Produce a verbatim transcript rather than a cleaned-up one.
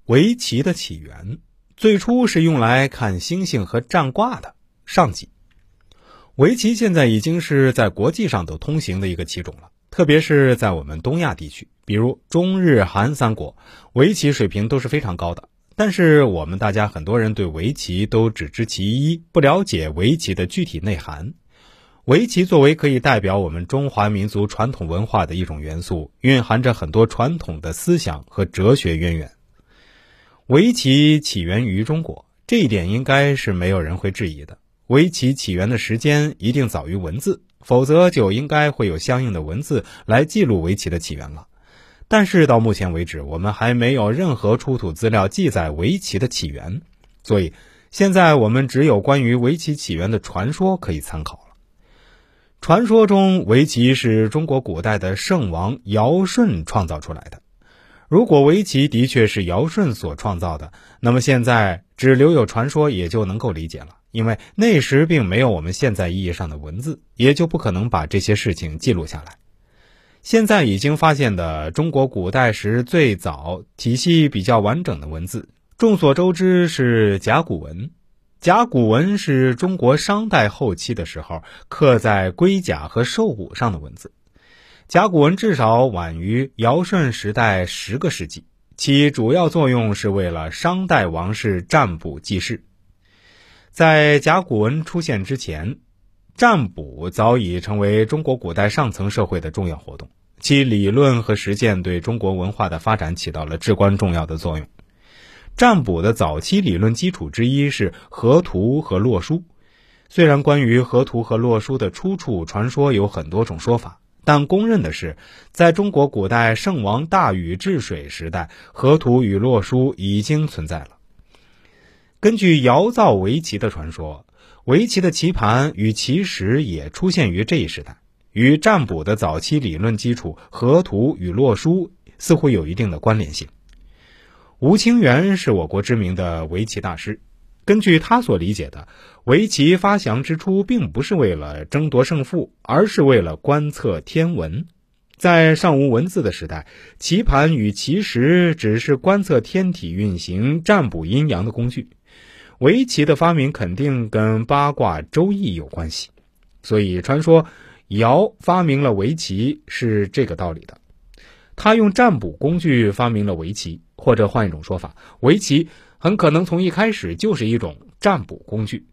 围棋的起源最初是用来看星星和占卦的。上集，围棋现在已经是在国际上都通行的一个棋种了，特别是在我们东亚地区，比如中日韩三国，围棋水平都是非常高的。但是我们大家很多人对围棋都只知其一，不了解围棋的具体内涵。围棋作为可以代表我们中华民族传统文化的一种元素，蕴含着很多传统的思想和哲学渊源。围棋起源于中国，这一点应该是没有人会质疑的。围棋起源的时间一定早于文字，否则就应该会有相应的文字来记录围棋的起源了。但是到目前为止，我们还没有任何出土资料记载围棋的起源，所以现在我们只有关于围棋起源的传说可以参考了。传说中，围棋是中国古代的圣王尧舜创造出来的。如果围棋的确是尧舜所创造的，那么现在只留有传说也就能够理解了，因为那时并没有我们现在意义上的文字，也就不可能把这些事情记录下来。现在已经发现的中国古代时最早体系比较完整的文字，众所周知是甲骨文。甲骨文是中国商代后期的时候刻在龟甲和兽骨上的文字。甲骨文至少晚于尧舜时代十个世纪，其主要作用是为了商代王室占卜记事。在甲骨文出现之前，占卜早已成为中国古代上层社会的重要活动，其理论和实践对中国文化的发展起到了至关重要的作用。占卜的早期理论基础之一是河图和洛书。虽然关于河图和洛书的出处传说有很多种说法，但公认的是，在中国古代圣王大禹治水时代，河图与洛书已经存在了。根据尧造围棋的传说，围棋的棋盘与棋石也出现于这一时代，与占卜的早期理论基础河图与洛书似乎有一定的关联性。吴清源是我国知名的围棋大师，根据他所理解的，围棋发祥之初并不是为了争夺胜负，而是为了观测天文。在尚无文字的时代，棋盘与棋石只是观测天体运行、占卜阴阳的工具。围棋的发明肯定跟八卦周易有关系，所以传说尧发明了围棋是这个道理的。他用占卜工具发明了围棋，或者换一种说法，围棋很可能从一开始就是一种占卜工具。